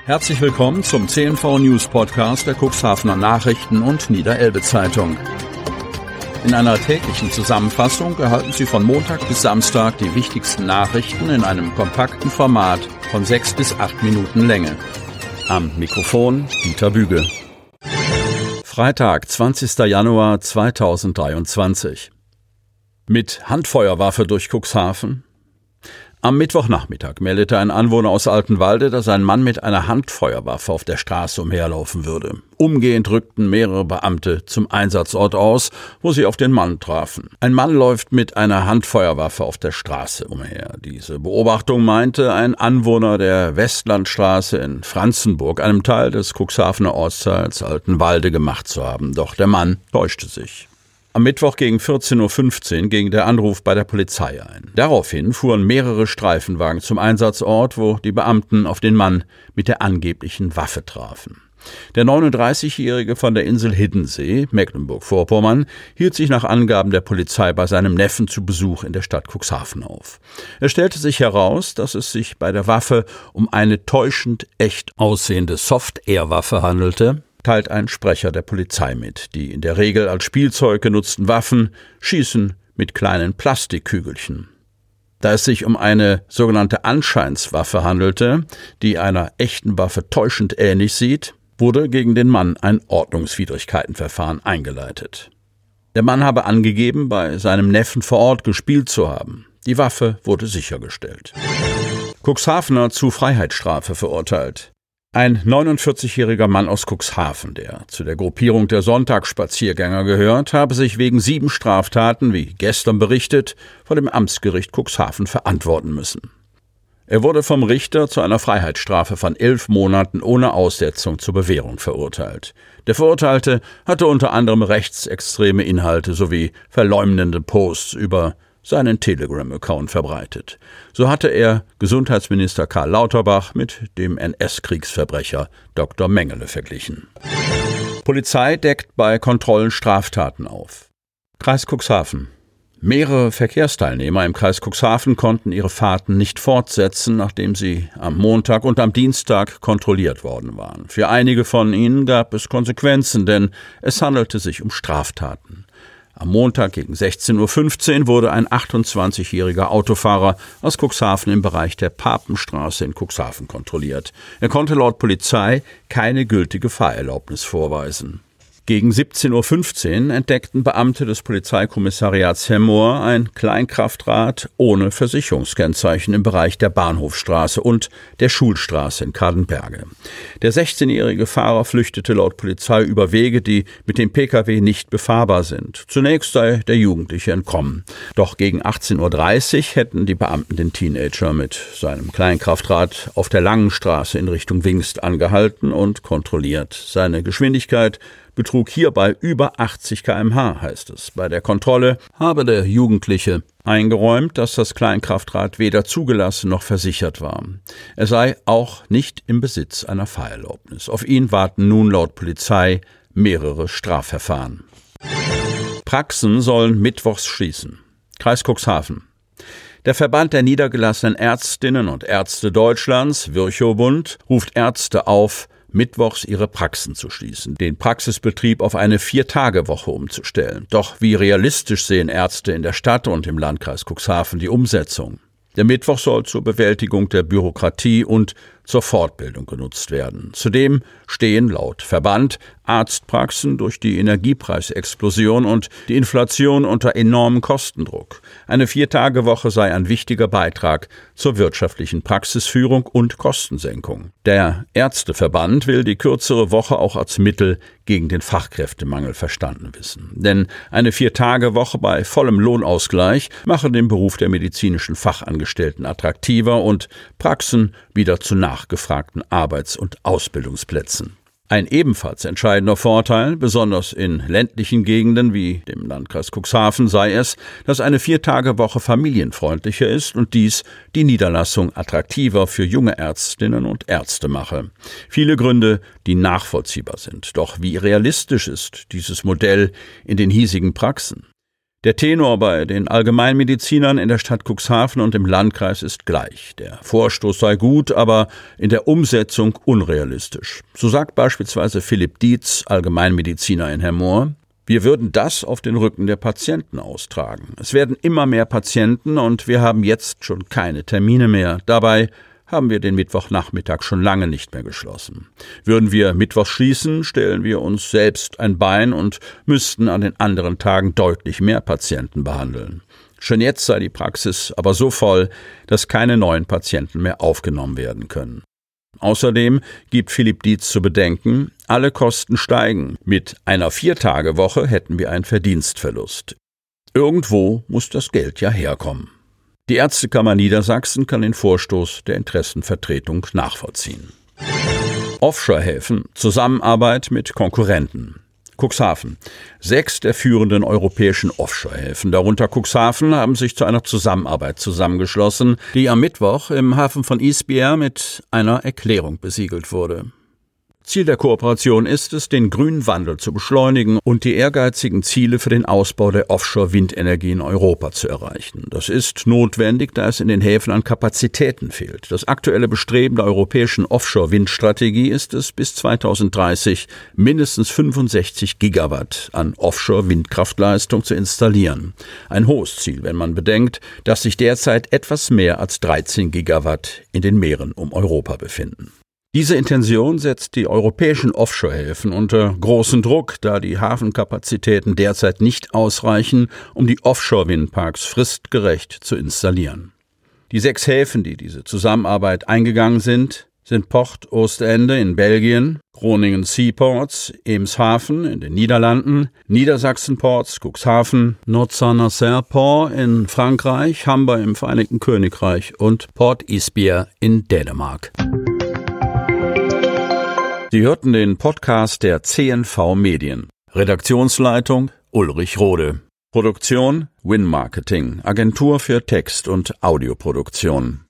Herzlich willkommen zum CNV News Podcast der Cuxhavener Nachrichten und Niederelbe Zeitung. In einer täglichen Zusammenfassung erhalten Sie von Montag bis Samstag die wichtigsten Nachrichten in einem kompakten Format von 6 bis 8 Minuten Länge. Am Mikrofon Dieter Büge. Freitag, 20. Januar 2023. Mit Handfeuerwaffe durch Cuxhaven? Am Mittwochnachmittag meldete ein Anwohner aus Altenwalde, dass ein Mann mit einer Handfeuerwaffe auf der Straße umherlaufen würde. Umgehend rückten mehrere Beamte zum Einsatzort aus, wo sie auf den Mann trafen. Ein Mann läuft mit einer Handfeuerwaffe auf der Straße umher. Diese Beobachtung meinte ein Anwohner der Westlandstraße in Franzenburg, einem Teil des Cuxhavener Ortsteils Altenwalde, gemacht zu haben. Doch der Mann täuschte sich. Am Mittwoch gegen 14.15 Uhr ging der Anruf bei der Polizei ein. Daraufhin fuhren mehrere Streifenwagen zum Einsatzort, wo die Beamten auf den Mann mit der angeblichen Waffe trafen. Der 39-Jährige von der Insel Hiddensee, Mecklenburg-Vorpommern, hielt sich nach Angaben der Polizei bei seinem Neffen zu Besuch in der Stadt Cuxhaven auf. Es stellte sich heraus, dass es sich bei der Waffe um eine täuschend echt aussehende Soft-Air-Waffe handelte, teilt ein Sprecher der Polizei mit. Die in der Regel als Spielzeug genutzten Waffen schießen mit kleinen Plastikkügelchen. Da es sich um eine sogenannte Anscheinswaffe handelte, die einer echten Waffe täuschend ähnlich sieht, wurde gegen den Mann ein Ordnungswidrigkeitenverfahren eingeleitet. Der Mann habe angegeben, bei seinem Neffen vor Ort gespielt zu haben. Die Waffe wurde sichergestellt. Cuxhavener zu Freiheitsstrafe verurteilt. Ein 49-jähriger Mann aus Cuxhaven, der zu der Gruppierung der Sonntagsspaziergänger gehört, habe sich wegen 7 Straftaten, wie gestern berichtet, vor dem Amtsgericht Cuxhaven verantworten müssen. Er wurde vom Richter zu einer Freiheitsstrafe von 11 Monaten ohne Aussetzung zur Bewährung verurteilt. Der Verurteilte hatte unter anderem rechtsextreme Inhalte sowie verleumdende Posts über seinen Telegram-Account verbreitet. So hatte er Gesundheitsminister Karl Lauterbach mit dem NS-Kriegsverbrecher Dr. Mengele verglichen. Polizei deckt bei Kontrollen Straftaten auf. Kreis Cuxhaven. Mehrere Verkehrsteilnehmer im Kreis Cuxhaven konnten ihre Fahrten nicht fortsetzen, nachdem sie am Montag und am Dienstag kontrolliert worden waren. Für einige von ihnen gab es Konsequenzen, denn es handelte sich um Straftaten. Am Montag gegen 16.15 Uhr wurde ein 28-jähriger Autofahrer aus Cuxhaven im Bereich der Papenstraße in Cuxhaven kontrolliert. Er konnte laut Polizei keine gültige Fahrerlaubnis vorweisen. Gegen 17.15 Uhr entdeckten Beamte des Polizeikommissariats Hemmoor ein Kleinkraftrad ohne Versicherungskennzeichen im Bereich der Bahnhofstraße und der Schulstraße in Kadenberge. Der 16-jährige Fahrer flüchtete laut Polizei über Wege, die mit dem Pkw nicht befahrbar sind. Zunächst sei der Jugendliche entkommen. Doch gegen 18.30 Uhr hätten die Beamten den Teenager mit seinem Kleinkraftrad auf der Langen Straße in Richtung Wingst angehalten und kontrolliert. Seine Geschwindigkeit betrug hierbei über 80 km/h, heißt es. Bei der Kontrolle habe der Jugendliche eingeräumt, dass das Kleinkraftrad weder zugelassen noch versichert war. Er sei auch nicht im Besitz einer Fahrerlaubnis. Auf ihn warten nun laut Polizei mehrere Strafverfahren. Praxen sollen mittwochs schließen. Kreis Cuxhaven. Der Verband der niedergelassenen Ärztinnen und Ärzte Deutschlands, Virchow-Bund, ruft Ärzte auf, mittwochs ihre Praxen zu schließen, den Praxisbetrieb auf eine 4-Tage-Woche umzustellen. Doch wie realistisch sehen Ärzte in der Stadt und im Landkreis Cuxhaven die Umsetzung? Der Mittwoch soll zur Bewältigung der Bürokratie und zur Fortbildung genutzt werden. Zudem stehen laut Verband Arztpraxen durch die Energiepreisexplosion und die Inflation unter enormem Kostendruck. Eine 4-Tage-Woche sei ein wichtiger Beitrag zur wirtschaftlichen Praxisführung und Kostensenkung. Der Ärzteverband will die kürzere Woche auch als Mittel gegen den Fachkräftemangel verstanden wissen. Denn eine 4-Tage-Woche bei vollem Lohnausgleich mache den Beruf der medizinischen Fachangestellten attraktiver und Praxen wieder zu nachgefragten Arbeits- und Ausbildungsplätzen. Ein ebenfalls entscheidender Vorteil, besonders in ländlichen Gegenden wie dem Landkreis Cuxhaven, sei es, dass eine 4-Tage-Woche familienfreundlicher ist und dies die Niederlassung attraktiver für junge Ärztinnen und Ärzte mache. Viele Gründe, die nachvollziehbar sind. Doch wie realistisch ist dieses Modell in den hiesigen Praxen? Der Tenor bei den Allgemeinmedizinern in der Stadt Cuxhaven und im Landkreis ist gleich. Der Vorstoß sei gut, aber in der Umsetzung unrealistisch. So sagt beispielsweise Philipp Dietz, Allgemeinmediziner in Hermoor: Wir würden das auf den Rücken der Patienten austragen. Es werden immer mehr Patienten und wir haben jetzt schon keine Termine mehr. Dabei haben wir den Mittwochnachmittag schon lange nicht mehr geschlossen. Würden wir Mittwoch schließen, stellen wir uns selbst ein Bein und müssten an den anderen Tagen deutlich mehr Patienten behandeln. Schon jetzt sei die Praxis aber so voll, dass keine neuen Patienten mehr aufgenommen werden können. Außerdem gibt Philipp Dietz zu bedenken, alle Kosten steigen. Mit einer 4-Tage-Woche hätten wir einen Verdienstverlust. Irgendwo muss das Geld ja herkommen. Die Ärztekammer Niedersachsen kann den Vorstoß der Interessenvertretung nachvollziehen. Offshore-Häfen, Zusammenarbeit mit Konkurrenten. Cuxhaven. 6 der führenden europäischen Offshore-Häfen, darunter Cuxhaven, haben sich zu einer Zusammenarbeit zusammengeschlossen, die am Mittwoch im Hafen von Isbier mit einer Erklärung besiegelt wurde. Ziel der Kooperation ist es, den grünen Wandel zu beschleunigen und die ehrgeizigen Ziele für den Ausbau der Offshore-Windenergie in Europa zu erreichen. Das ist notwendig, da es in den Häfen an Kapazitäten fehlt. Das aktuelle Bestreben der europäischen Offshore-Windstrategie ist es, bis 2030 mindestens 65 Gigawatt an Offshore-Windkraftleistung zu installieren. Ein hohes Ziel, wenn man bedenkt, dass sich derzeit etwas mehr als 13 Gigawatt in den Meeren um Europa befinden. Diese Intention setzt die europäischen Offshore-Häfen unter großen Druck, da die Hafenkapazitäten derzeit nicht ausreichen, um die Offshore-Windparks fristgerecht zu installieren. Die 6 Häfen, die diese Zusammenarbeit eingegangen sind Port Oostende in Belgien, Groningen Seaports, Eemshaven in den Niederlanden, Niedersachsen Ports, Cuxhaven, Noord-Saint-Nazaire Port in Frankreich, Humber im Vereinigten Königreich und Port Isbier in Dänemark. Sie hörten den Podcast der CNV Medien. Redaktionsleitung Ulrich Rode. Produktion Win Marketing, Agentur für Text- und Audioproduktion.